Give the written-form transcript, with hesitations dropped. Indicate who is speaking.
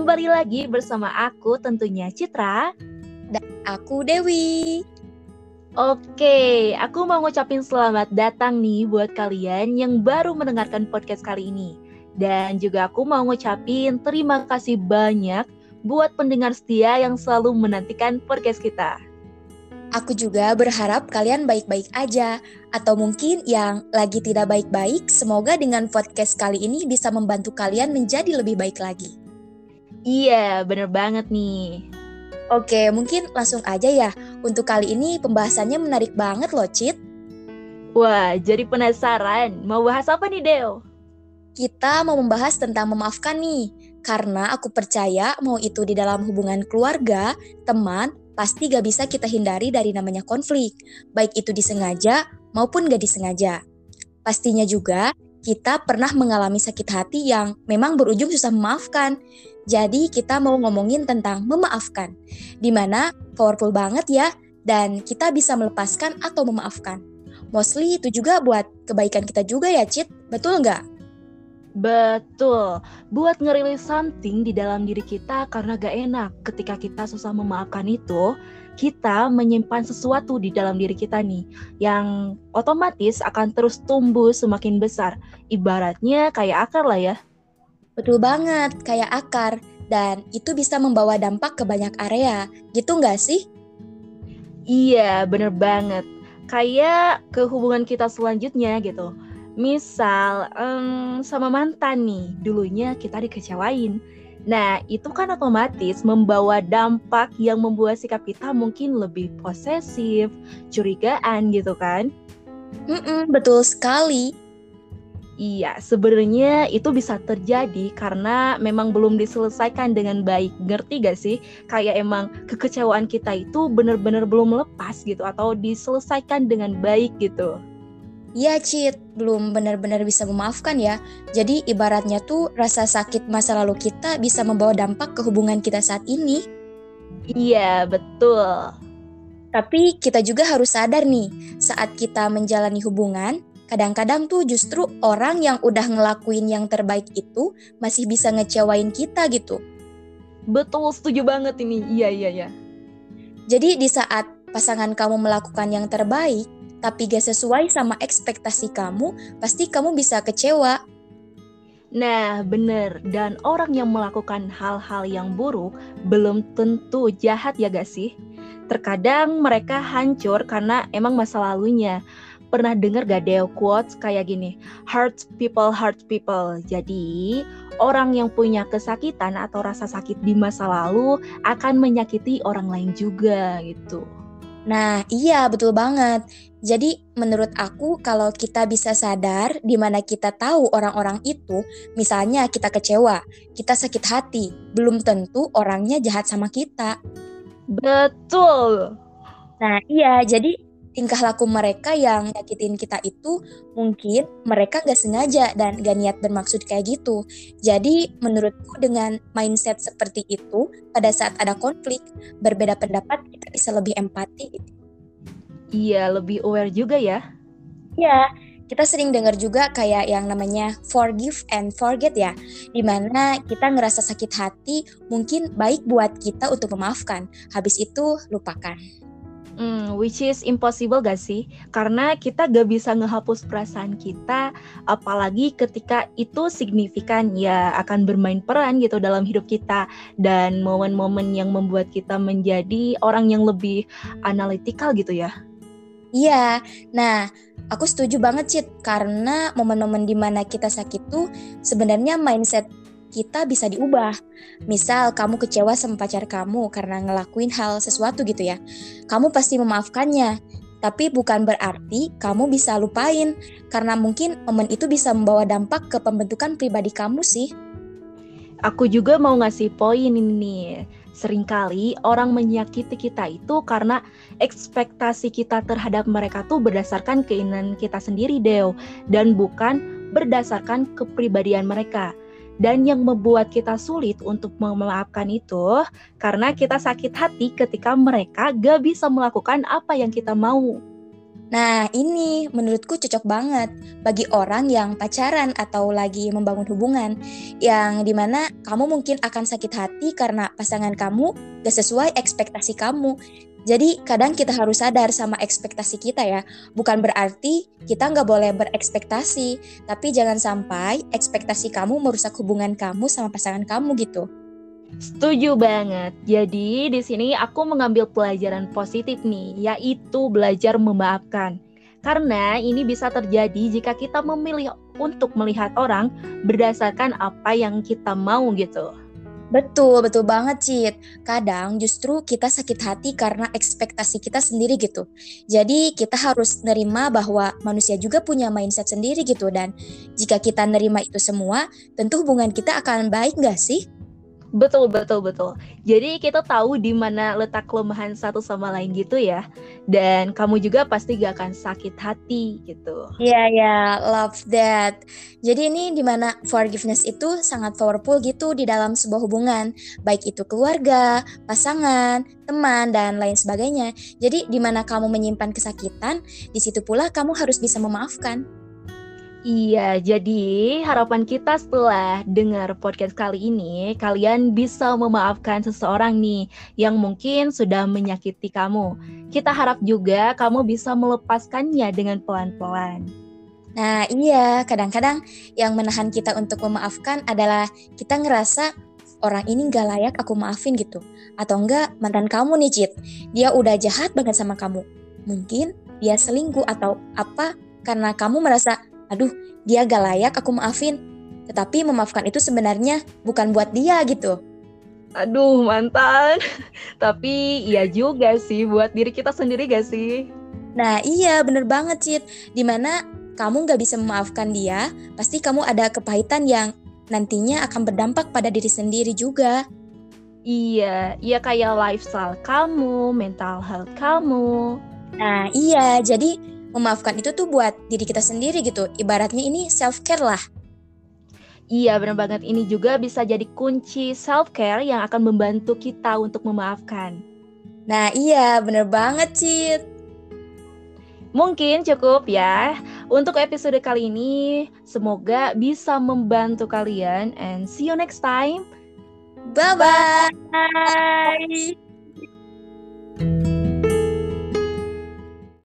Speaker 1: kembali lagi bersama aku tentunya Citra.
Speaker 2: Dan aku Dewi.
Speaker 1: Oke, aku mau ngucapin selamat datang nih buat kalian yang baru mendengarkan podcast kali ini. Dan juga aku mau ngucapin terima kasih banyak buat pendengar setia yang selalu menantikan podcast kita.
Speaker 2: Aku juga berharap kalian baik-baik aja. Atau mungkin yang lagi tidak baik-baik, semoga dengan podcast kali ini bisa membantu kalian menjadi lebih baik lagi.
Speaker 1: Iya, bener banget nih.
Speaker 2: Oke, mungkin langsung aja ya. Untuk kali ini pembahasannya menarik banget loh, Cit.
Speaker 1: Wah, jadi penasaran. Mau bahas apa nih, Deo?
Speaker 2: Kita mau membahas tentang memaafkan nih. Karena aku percaya mau itu di dalam hubungan keluarga, teman, pasti gak bisa kita hindari dari namanya konflik. Baik itu disengaja maupun gak disengaja. Pastinya juga kita pernah mengalami sakit hati yang memang berujung susah memaafkan. Jadi kita mau ngomongin tentang memaafkan. Dimana powerful banget ya, dan kita bisa melepaskan atau memaafkan. Mostly itu juga buat kebaikan kita juga ya, Cit. Betul nggak?
Speaker 1: Betul, buat ngerilis something di dalam diri kita karena gak enak ketika kita susah memaafkan itu, kita menyimpan sesuatu di dalam diri kita nih, yang otomatis akan terus tumbuh semakin besar, ibaratnya kayak akar lah ya.
Speaker 2: Betul banget, kayak akar. Dan itu bisa membawa dampak ke banyak area, gitu nggak sih?
Speaker 1: Iya, bener banget, kayak ke hubungan kita selanjutnya gitu. Misal sama mantan nih, dulunya kita dikecewain. Nah, itu kan otomatis membawa dampak yang membuat sikap kita mungkin lebih posesif, curigaan gitu kan.
Speaker 2: Betul sekali.
Speaker 1: Iya, sebenarnya itu bisa terjadi karena memang belum diselesaikan dengan baik. Ngerti gak sih? Kayak emang kekecewaan kita itu benar-benar belum lepas gitu atau diselesaikan dengan baik gitu.
Speaker 2: Iya, Cit, belum benar-benar bisa memaafkan ya. Jadi ibaratnya tuh rasa sakit masa lalu kita bisa membawa dampak ke hubungan kita saat ini.
Speaker 1: Iya, betul.
Speaker 2: Tapi kita juga harus sadar nih, saat kita menjalani hubungan, kadang-kadang tuh justru orang yang udah ngelakuin yang terbaik itu masih bisa ngecewain kita gitu.
Speaker 1: Betul, setuju banget ini. Iya.
Speaker 2: Jadi di saat pasangan kamu melakukan yang terbaik, tapi gak sesuai sama ekspektasi kamu, pasti kamu bisa kecewa.
Speaker 1: Nah, bener. Dan orang yang melakukan hal-hal yang buruk belum tentu jahat ya gak sih? Terkadang mereka hancur karena emang masa lalunya. Pernah denger gak Deo quotes kayak gini, hurt people. Jadi, orang yang punya kesakitan atau rasa sakit di masa lalu akan menyakiti orang lain juga gitu.
Speaker 2: Nah, iya betul banget. Jadi menurut aku kalau kita bisa sadar di mana kita tahu orang-orang itu, misalnya kita kecewa, kita sakit hati, belum tentu orangnya jahat sama kita.
Speaker 1: Betul.
Speaker 2: Nah, iya, jadi tingkah laku mereka yang nyakitin kita itu mungkin mereka gak sengaja dan gak niat bermaksud kayak gitu. Jadi menurutku dengan mindset seperti itu, pada saat ada konflik, berbeda pendapat, kita bisa lebih empati gitu.
Speaker 1: Iya, lebih aware juga ya.
Speaker 2: Ya, kita sering dengar juga kayak yang namanya forgive and forget ya, dimana kita ngerasa sakit hati mungkin baik buat kita untuk memaafkan, habis itu lupakan.
Speaker 1: Which is impossible gak sih? Karena kita gak bisa ngehapus perasaan kita, apalagi ketika itu signifikan ya akan bermain peran gitu dalam hidup kita. Dan momen-momen yang membuat kita menjadi orang yang lebih analytical gitu ya.
Speaker 2: Iya, nah aku setuju banget Cit, karena momen-momen dimana kita sakit tuh sebenarnya mindset kita bisa diubah. Misal kamu kecewa sama pacar kamu karena ngelakuin hal sesuatu gitu ya. Kamu pasti memaafkannya. Tapi bukan berarti kamu bisa lupain. Karena mungkin momen itu bisa membawa dampak ke pembentukan pribadi kamu sih.
Speaker 1: Aku juga mau ngasih poin ini nih. Seringkali orang menyakiti kita itu karena ekspektasi kita terhadap mereka tuh berdasarkan keinginan kita sendiri, Deo. Dan bukan berdasarkan kepribadian mereka. Dan yang membuat kita sulit untuk memaafkan itu karena kita sakit hati ketika mereka gak bisa melakukan apa yang kita mau.
Speaker 2: Nah, ini menurutku cocok banget bagi orang yang pacaran atau lagi membangun hubungan, yang dimana kamu mungkin akan sakit hati karena pasangan kamu gak sesuai ekspektasi kamu. Jadi kadang kita harus sadar sama ekspektasi kita ya. Bukan berarti kita nggak boleh berekspektasi, tapi jangan sampai ekspektasi kamu merusak hubungan kamu sama pasangan kamu gitu.
Speaker 1: Setuju banget. Jadi di sini aku mengambil pelajaran positif nih, yaitu belajar memaafkan. Karena ini bisa terjadi jika kita memilih untuk melihat orang berdasarkan apa yang kita mau gitu.
Speaker 2: Betul, betul banget, Cit. Kadang justru kita sakit hati karena ekspektasi kita sendiri gitu. Jadi kita harus nerima bahwa manusia juga punya mindset sendiri gitu. Dan jika kita nerima itu semua, tentu hubungan kita akan baik nggak sih?
Speaker 1: Betul, betul, betul. Jadi kita tahu di mana letak kelemahan satu sama lain gitu ya. Dan kamu juga pasti gak akan sakit hati gitu.
Speaker 2: Iya, ya, love that. Jadi ini dimana forgiveness itu sangat powerful gitu di dalam sebuah hubungan. Baik itu keluarga, pasangan, teman, dan lain sebagainya. Jadi dimana kamu menyimpan kesakitan, di situ pula kamu harus bisa memaafkan.
Speaker 1: Iya, jadi harapan kita setelah dengar podcast kali ini, kalian bisa memaafkan seseorang nih yang mungkin sudah menyakiti kamu. Kita harap juga kamu bisa melepaskannya dengan pelan-pelan.
Speaker 2: Nah iya, kadang-kadang yang menahan kita untuk memaafkan adalah kita ngerasa orang ini gak layak aku maafin gitu. Atau enggak mantan kamu nih Cit, dia udah jahat banget sama kamu. Mungkin dia selingkuh atau apa karena kamu merasa, aduh dia gak layak aku maafin. Tetapi memaafkan itu sebenarnya bukan buat dia gitu.
Speaker 1: Aduh, mantan. Tapi iya juga sih buat diri kita sendiri gak sih?
Speaker 2: Nah iya bener banget Cit, dimana kamu gak bisa memaafkan dia, pasti kamu ada kepahitan yang nantinya akan berdampak pada diri sendiri juga.
Speaker 1: Iya, iya kayak lifestyle kamu, mental health kamu.
Speaker 2: Nah iya, jadi memaafkan itu tuh buat diri kita sendiri gitu, ibaratnya ini self-care lah.
Speaker 1: Iya, benar banget. Ini juga bisa jadi kunci self-care yang akan membantu kita untuk memaafkan.
Speaker 2: Nah iya, bener banget Cit.
Speaker 1: Mungkin cukup ya untuk episode kali ini. Semoga bisa membantu kalian and see you next time. Bye.
Speaker 2: Bye-bye!